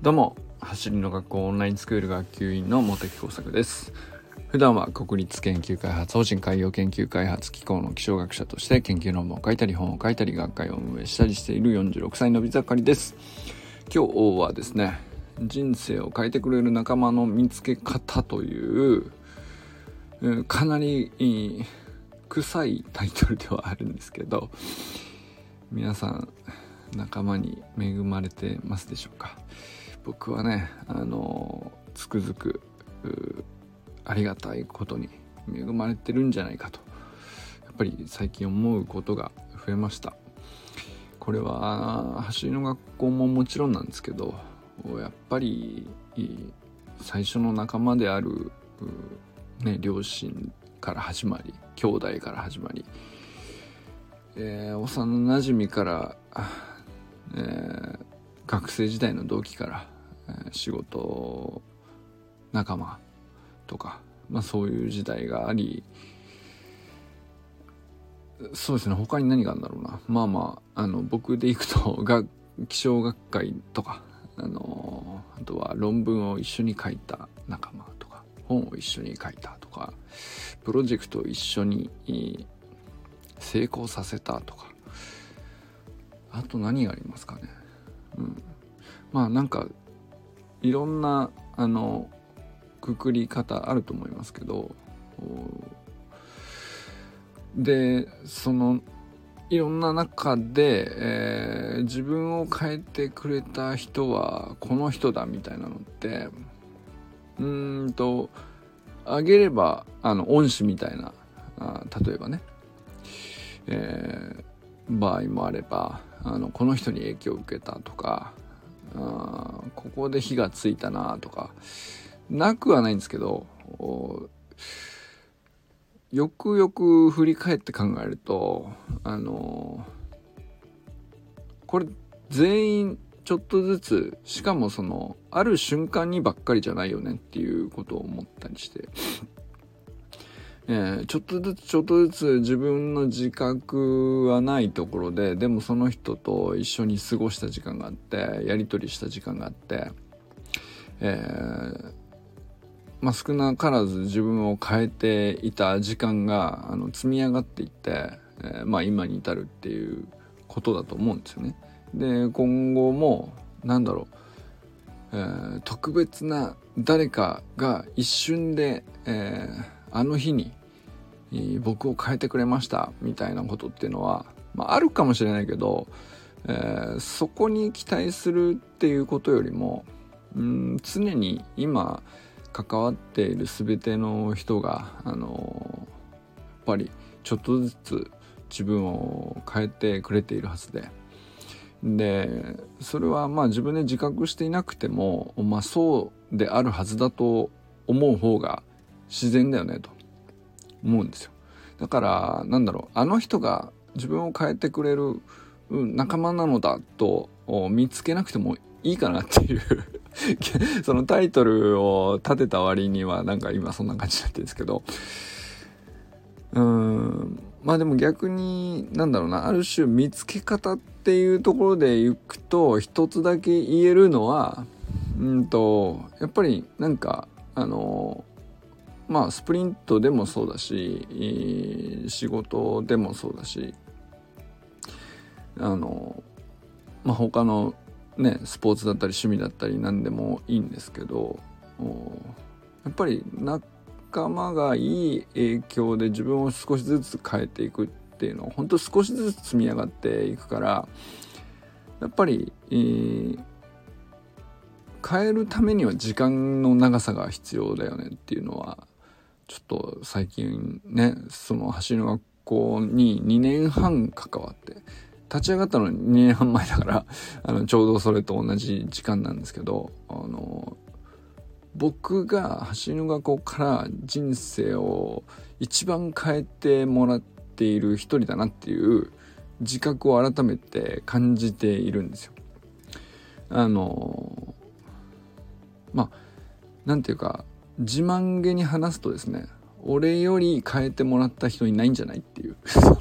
どうも、走りの学校オンラインスクール学級委員の茂木耕作です。普段は国立研究開発法人海洋研究開発機構の気象学者として研究論文を書いたり本を書いたり学会を運営したりしている46歳のび盛りです。今日はですね、人生を変えてくれる仲間の見つけ方というかなり臭いタイトルではあるんですけど、皆さん仲間に恵まれてますでしょうか。僕はね、つくづくありがたいことに恵まれてるんじゃないかとやっぱり最近思うことが増えました。これは走りの学校ももちろんなんですけど、やっぱり最初の仲間である、両親から始まり、兄弟から始まり、幼馴染から、学生時代の同期から、仕事仲間とか、そういう時代があり、そうですね、他に何があるんだろうな。僕でいくと気象学会とか、あとは論文を一緒に書いた仲間とか、本を一緒に書いたとか、プロジェクトを一緒に成功させたとか、あと何がありますかね。なんかいろんなくくり方あると思いますけど、でそのいろんな中で、自分を変えてくれた人はこの人だみたいなのってあげれば恩師みたいな例えばね、場合もあればこの人に影響を受けたとか、ここで火がついたなとかなくはないんですけど、よくよく振り返って考えるとこれ全員ちょっとずつ、しかもある瞬間にばっかりじゃないよねっていうことを思ったりして、ちょっとずつ自分の自覚はないところで、でもその人と一緒に過ごした時間があって、やり取りした時間があって、少なからず自分を変えていた時間が積み上がっていって、今に至るっていうことだと思うんですよね。で、今後も特別な誰かが一瞬で、あの日に僕を変えてくれましたみたいなことっていうのは、あるかもしれないけど、そこに期待するっていうことよりも、常に今関わっている全ての人がやっぱりちょっとずつ自分を変えてくれているはずで、それは自分で自覚していなくても、そうであるはずだと思う方が自然だよねと思うんですよ。だからあの人が自分を変えてくれる仲間なのだと見つけなくてもいいかなっていうそのタイトルを立てた割には今そんな感じになってるんですけど、でも逆にある種見つけ方っていうところでいくと、一つだけ言えるのはやっぱりスプリントでもそうだし、仕事でもそうだし、他のね、スポーツだったり趣味だったり何でもいいんですけど、やっぱり仲間がいい影響で自分を少しずつ変えていくっていうのを本当少しずつ積み上がっていくから、やっぱり、変えるためには時間の長さが必要だよねっていうのはちょっと最近ね、その走りの学校に2年半関わって、立ち上がったのに2年半前だからちょうどそれと同じ時間なんですけど、僕が走りの学校から人生を一番変えてもらっている一人だなっていう自覚を改めて感じているんですよ。なんていうか、自慢げに話すとですね、俺より変えてもらった人いないんじゃないっていう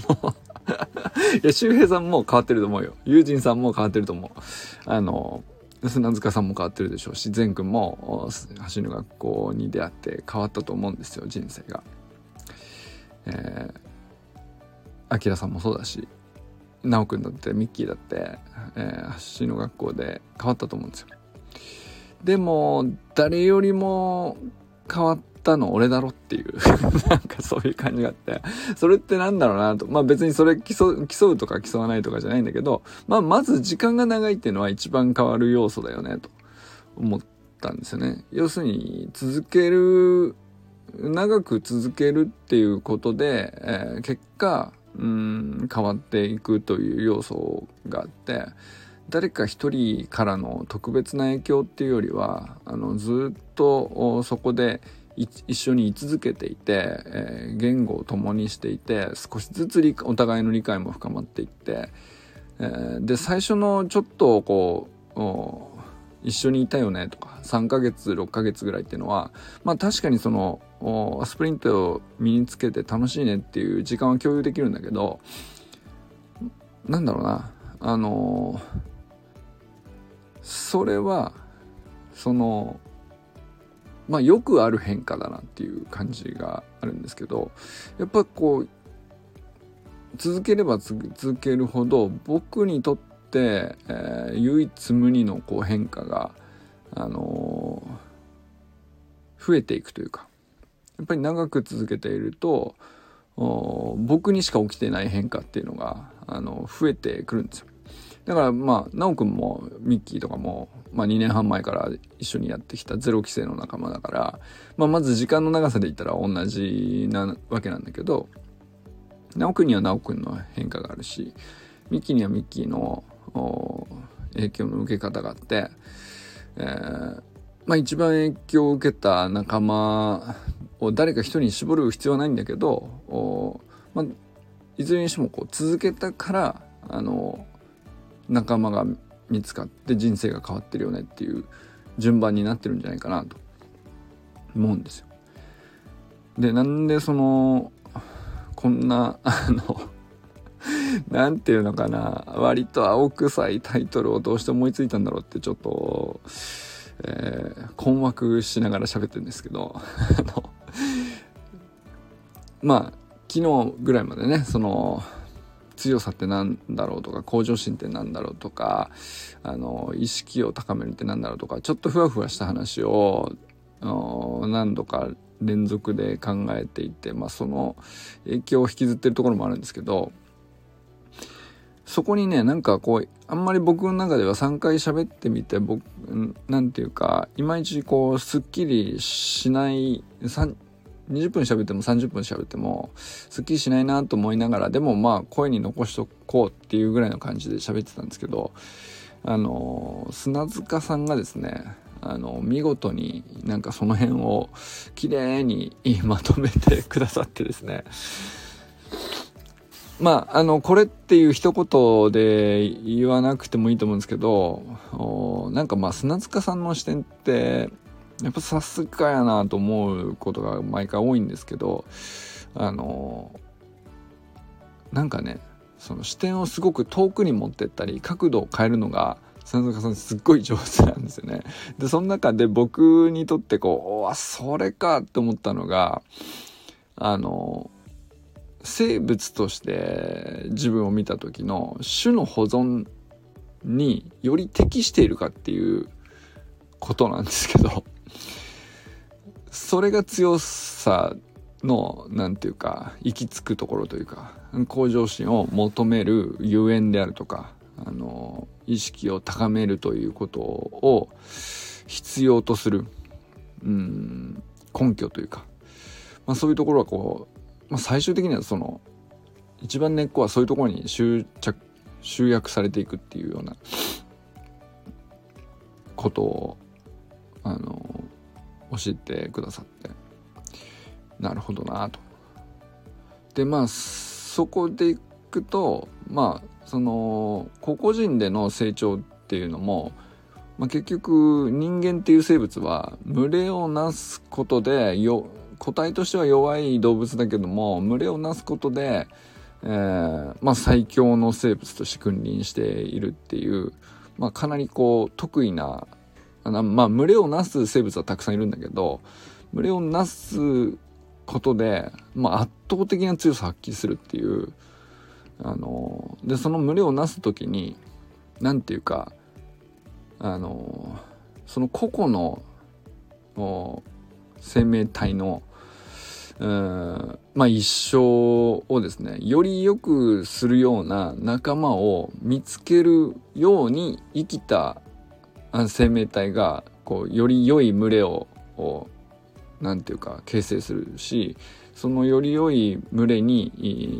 いや、周平さんも変わってると思うよ。友人さんも変わってると思う。 砂塚さんも変わってるでしょうし、善くんも走る学校に出会って変わったと思うんですよ、人生が。あきらさんもそうだし、なおくんだってミッキーだって、走る学校で変わったと思うんですよ。でも誰よりも変わったの俺だろっていうなんかそういう感じがあって、それってなんだろうなと。別にそれ競うとか競わないとかじゃないんだけど、まず時間が長いっていうのは一番変わる要素だよねと思ったんですよね。要するに長く続けるっていうことで、結果変わっていくという要素があって、誰か一人からの特別な影響っていうよりはずっとそこで一緒に居続けていて、言語を共にしていて、少しずつお互いの理解も深まっていって、で最初のちょっとこう一緒にいたよねとか3ヶ月6ヶ月ぐらいっていうのは確かにそのスプリントを身につけて楽しいねっていう時間は共有できるんだけど、なんだろうな、それはよくある変化だなっていう感じがあるんですけど、やっぱこう続ければ続けるほど僕にとって、唯一無二のこう変化が、増えていくというか、やっぱり長く続けていると僕にしか起きてない変化っていうのが増えてくるんですよ。だからなおくんもミッキーとかも、2年半前から一緒にやってきたゼロ期生の仲間だから、まず時間の長さで言ったら同じなわけなんだけど、なおくんにはなおくんの変化があるし、ミッキーにはミッキーの影響の受け方があって、一番影響を受けた仲間を誰か一人に絞る必要はないんだけど、いずれにしてもこう続けたから仲間が見つかって人生が変わってるよねっていう順番になってるんじゃないかなと思うんですよ。でなんでこんななんていうのかな、割と青臭いタイトルをどうして思いついたんだろうってちょっと、困惑しながら喋ってるんですけど昨日ぐらいまでね、強さってなんだろうとか、向上心ってなんだろうとか、意識を高めるってなんだろうとか、ちょっとふわふわした話を何度か連続で考えていて、その影響を引きずってるところもあるんですけど、そこにね、なんかこうあんまり僕の中では3回喋ってみて、なんていうかいまいちこうすっきりしない、20分喋っても30分喋ってもすっきりしないなと思いながら、でも声に残しとこうっていうぐらいの感じで喋ってたんですけど、砂塚さんがですね、見事になんかその辺をきれいにまとめてくださってですね、これっていう一言で言わなくてもいいと思うんですけど、なんか砂塚さんの視点ってやっぱさすがやなと思うことが毎回多いんですけど、なんかね、その視点をすごく遠くに持ってったり角度を変えるのが砂塚さんすっごい上手なんですよね。でその中で僕にとってそれかって思ったのが、生物として自分を見た時の種の保存により適しているかっていうことなんですけど、それが強さのなんていうか行き着くところというか、向上心を求めるゆえんであるとか、意識を高めるということを必要とする根拠というか、そういうところは最終的には一番根っこはそういうところに集約されていくっていうようなことを教えてくださって、なるほどなと。でそこでいくと個々人での成長っていうのも、結局人間っていう生物は群れをなすことで個体としては弱い動物だけども、群れをなすことで、最強の生物として君臨しているっていう、 かなりこう得意な、群れをなす生物はたくさんいるんだけど、群れをなすことで、圧倒的な強さを発揮するっていう、でその群れをなす時になんていうかその個々の生命体の一生をですね、より良くするような仲間を見つけるように生きた生命体がこうより良い群れをなんていうか形成するし、そのより良い群れに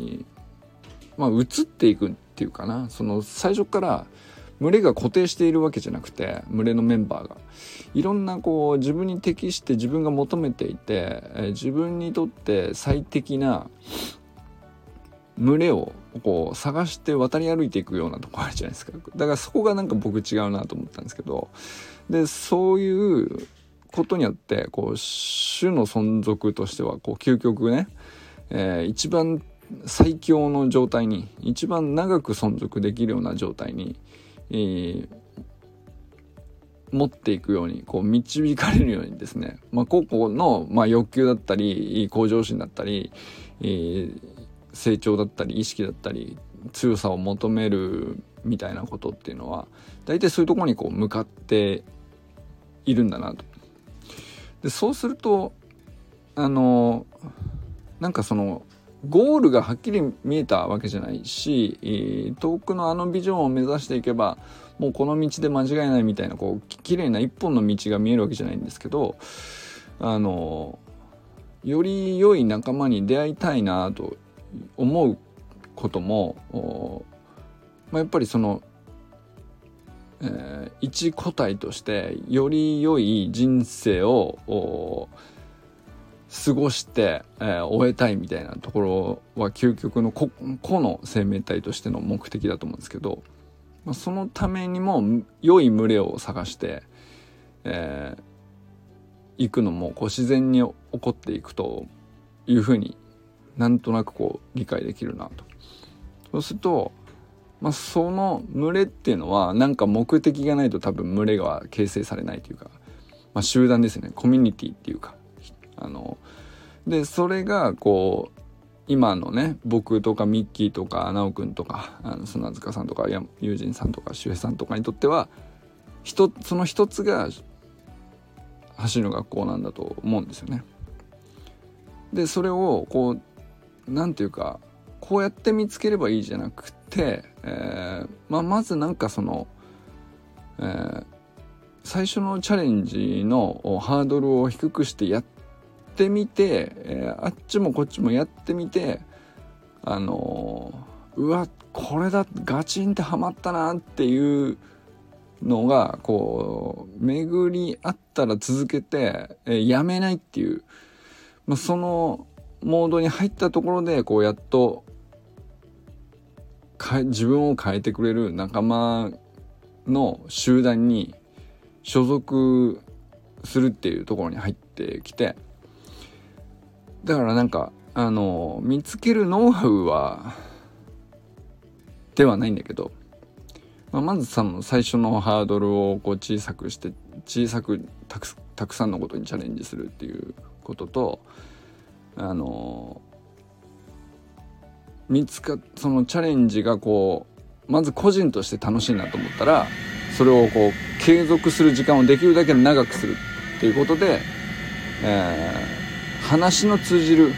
移っていくっていうかな、その最初から群れが固定しているわけじゃなくて、群れのメンバーがいろんなこう自分に適して自分が求めていて、自分にとって最適な群れをこう探して渡り歩いていくようなとこあるじゃないですか。だからそこがなんか僕違うなと思ったんですけど、でそういうことによってこう種の存続としてはこう究極ね、一番最強の状態に、一番長く存続できるような状態に、持っていくようにこう導かれるようにですね、個々の、欲求だったり向上心だったり、成長だったり意識だったり強さを求めるみたいなことっていうのは大体そういうところにこう向かっているんだなと。でそうするとなんかそのゴールがはっきり見えたわけじゃないし、遠くのビジョンを目指していけばもうこの道で間違いないみたいなこう綺麗な一本の道が見えるわけじゃないんですけど、より良い仲間に出会いたいなと思うことも、やっぱりその、一個体としてより良い人生を過ごして、終えたいみたいなところは究極の個の生命体としての目的だと思うんですけど、そのためにも良い群れを探して、行くのもこう自然に起こっていくというふうになんとなくこう理解できるなと。そうすると、その群れっていうのはなんか目的がないと多分群れが形成されないというか、集団ですね、コミュニティっていうか、でそれがこう今のね僕とかミッキーとか直くんとか砂塚さんとか友人さんとか周平さんとかにとってはその一つが走る学校なんだと思うんですよね。でそれをこうなんていうかこうやって見つければいいじゃなくて、まずなんかその、最初のチャレンジのハードルを低くしてやってみて、あっちもこっちもやってみてうわこれだガチンってハマったなっていうのがこう巡り合ったら続けて、やめないっていう、そのモードに入ったところでこうやっと自分を変えてくれる仲間の集団に所属するっていうところに入ってきて、だからなんか見つけるノウハウではないんだけど、まず最初のハードルをこう小さくしてたくさんのことにチャレンジするっていうことと、そのチャレンジがこうまず個人として楽しいなと思ったらそれをこう継続する時間をできるだけ長くするっていうことで、話の通じる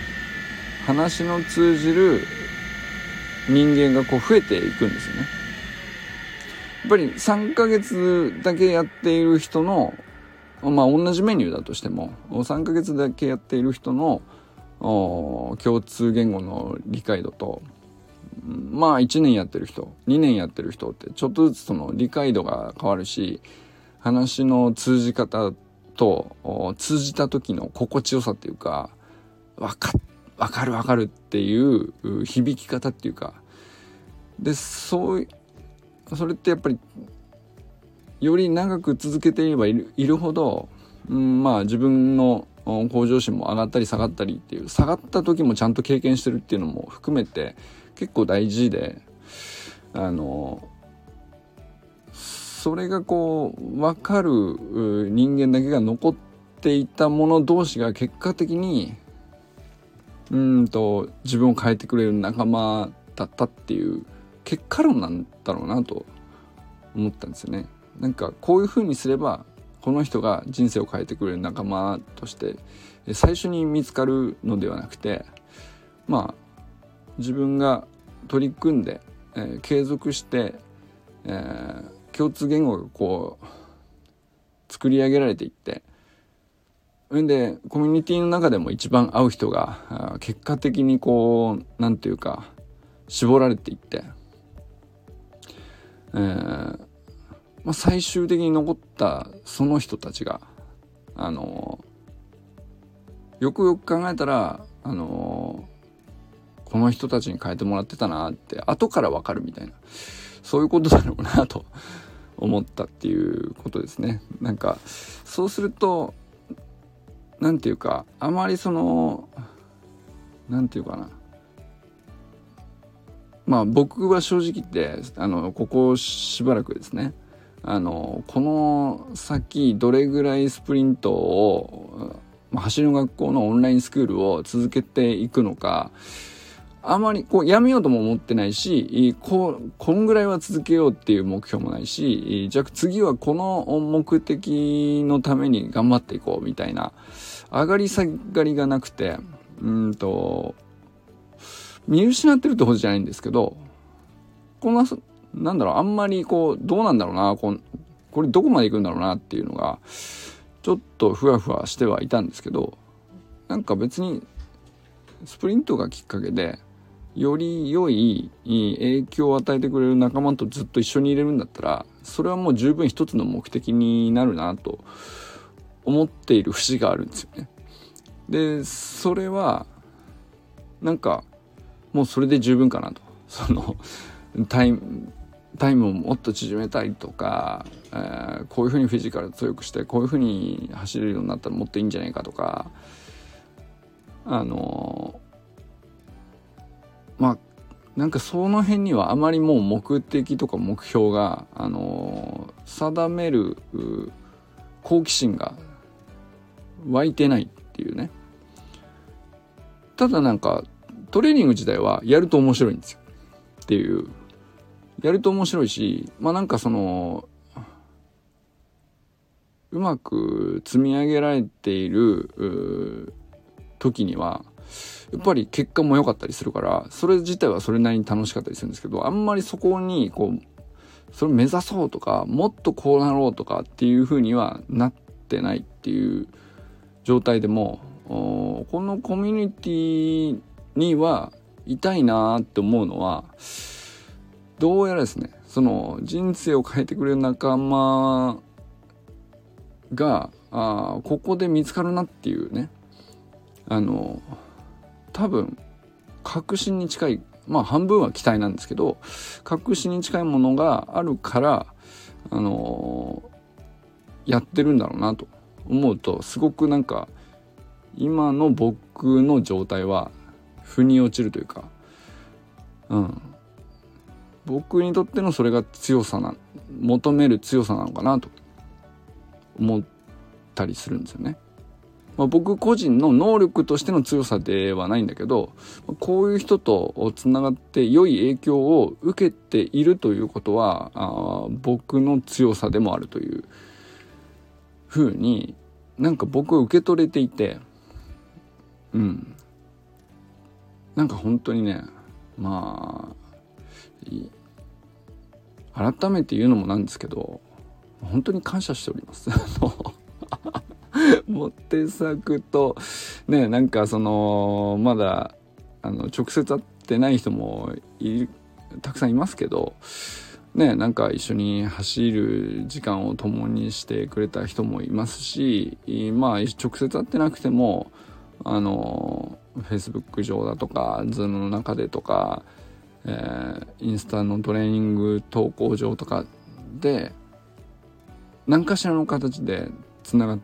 人間がこう増えていくんですよね。やっぱり3ヶ月だけやっている人の同じメニューだとしても3ヶ月だけやっている人の共通言語の理解度と1年やってる人2年やってる人ってちょっとずつその理解度が変わるし、話の通じ方と通じた時の心地よさっていうかわかるっていう響き方っていうかで、それってやっぱりより長く続けていればいるほど、自分の向上心も上がったり下がったりっていう下がった時もちゃんと経験してるっていうのも含めて結構大事で、 それがこう分かる人間だけが残っていた者同士が結果的に自分を変えてくれる仲間だったっていう結果論なんだろうなと思ったんですよね。なんかこういう風にすればこの人が人生を変えてくれる仲間として最初に見つかるのではなくて、自分が取り組んで、継続して、共通言語がこう作り上げられていって、でコミュニティの中でも一番合う人が結果的にこうなんていうか絞られていって、最終的に残ったその人たちがよくよく考えたらこの人たちに変えてもらってたなって後から分かるみたいな、そういうことだろうなと思ったっていうことですね。なんかそうするとなんていうかあまりなんていうかな、僕は正直言ってここしばらくですねこの先どれぐらいスプリントを走る学校のオンラインスクールを続けていくのか、あまりこうやめようとも思ってないし、こんぐらいは続けようっていう目標もないし、じゃあ次はこの目的のために頑張っていこうみたいな上がり下がりがなくて、見失ってるってほどじゃないんですけど、あんまりこうどうなんだろうな、これどこまで行くんだろうなっていうのがちょっとふわふわしてはいたんですけど、なんか別にスプリントがきっかけでより良い影響を与えてくれる仲間とずっと一緒にいれるんだったら、それはもう十分一つの目的になるなと思っている節があるんですよね。でそれはなんかもうそれで十分かなと、タイムをもっと縮めたいとか、こういうふうにフィジカル強くしてこういうふうに走れるようになったらもっといいんじゃないかとか、なんかその辺にはあまりもう目的とか目標が、定める好奇心が湧いてないっていうね。ただなんかトレーニング自体はやると面白いんですよっていう、やると面白いし、なんかうまく積み上げられている時にはやっぱり結果も良かったりするから、それ自体はそれなりに楽しかったりするんですけど、あんまりそこにこうそれを目指そうとかもっとこうなろうとかっていう風にはなってないっていう状態でも、このコミュニティにはいたいなって思うのは、どうやらですね、その人生を変えてくれる仲間がここで見つかるなっていうね、多分確信に近い、半分は期待なんですけど確信に近いものがあるからやってるんだろうなと思うと、すごくなんか今の僕の状態は腑に落ちるというか、僕にとってのそれが求める強さなのかなと思ったりするんですよね。僕個人の能力としての強さではないんだけど、こういう人とつながって良い影響を受けているということは僕の強さでもあるというふうになんか僕は受け取れていて、なんか本当にね、改めて言うのもなんですけど本当に感謝しておりますモテ作とね、なんかまだ直接会ってない人もたくさんいますけどね、なんか一緒に走る時間を共にしてくれた人もいますし、直接会ってなくてもFacebook 上だとか Zoom の中でとか、インスタのトレーニング投稿上とかで何かしらの形でつながって、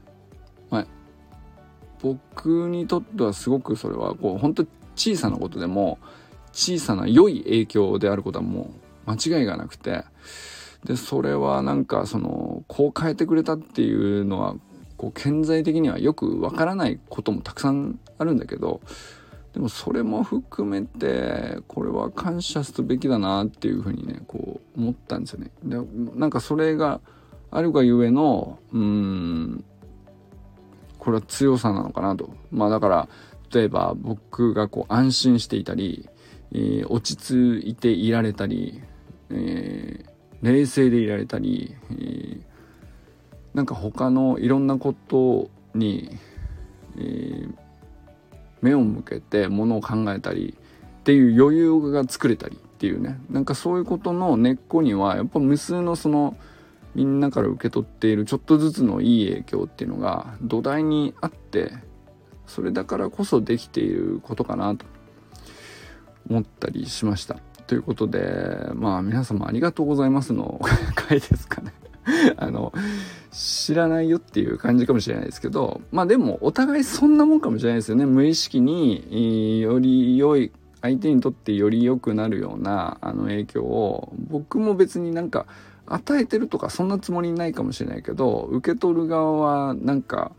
僕にとってはすごくそれはこう本当小さなことでも小さな良い影響であることはもう間違いがなくて、 でそれはなんかこう変えてくれたっていうのは顕在的にはよくわからないこともたくさんあるんだけど、でもそれも含めてこれは感謝すべきだなっていうふうにね思ったんですよね。でなんかそれがあるがゆえのこれは強さなのかなと。だから例えば僕が安心していたり、落ち着いていられたり、冷静でいられたり、なんか他のいろんなことに、目を向けてものを考えたりっていう余裕が作れたりっていうね、なんかそういうことの根っこにはやっぱ無数のみんなから受け取っているちょっとずつのいい影響っていうのが土台にあって、それだからこそできていることかなと思ったりしました。ということで皆様ありがとうございますの回ですかね知らないよっていう感じかもしれないですけど、でもお互いそんなもんかもしれないですよね。無意識により良い、相手にとってより良くなるような影響を僕も別になんか与えてるとかそんなつもりないかもしれないけど、受け取る側はなんか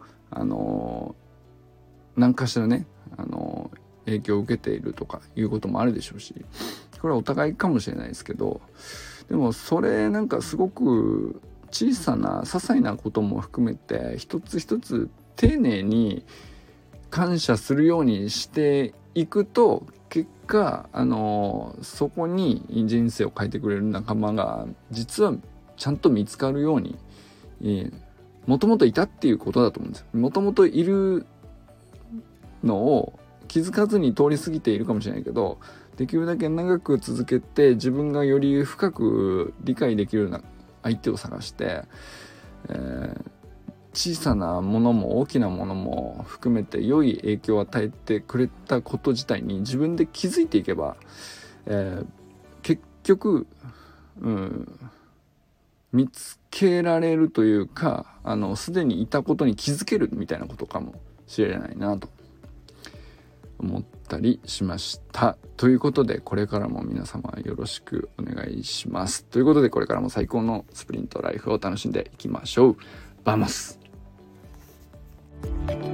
何かしらね影響を受けているとかいうこともあるでしょうし、これはお互いかもしれないですけど、でもそれなんかすごく小さな些細なことも含めて一つ一つ丁寧に感謝するようにしていくと、結果そこに人生を変えてくれる仲間が実はちゃんと見つかるようにもともといたっていうことだと思うんですよ。もともといるのを気づかずに通り過ぎているかもしれないけど、できるだけ長く続けて自分がより深く理解できるような相手を探して、小さなものも大きなものも含めて良い影響を与えてくれたこと自体に自分で気づいていけば、結局、見つけられるというかすでにいたことに気づけるみたいなことかもしれないなと思ったりしました。ということでこれからも皆様よろしくお願いします。ということでこれからも最高のスプリントライフを楽しんでいきましょう。バモス。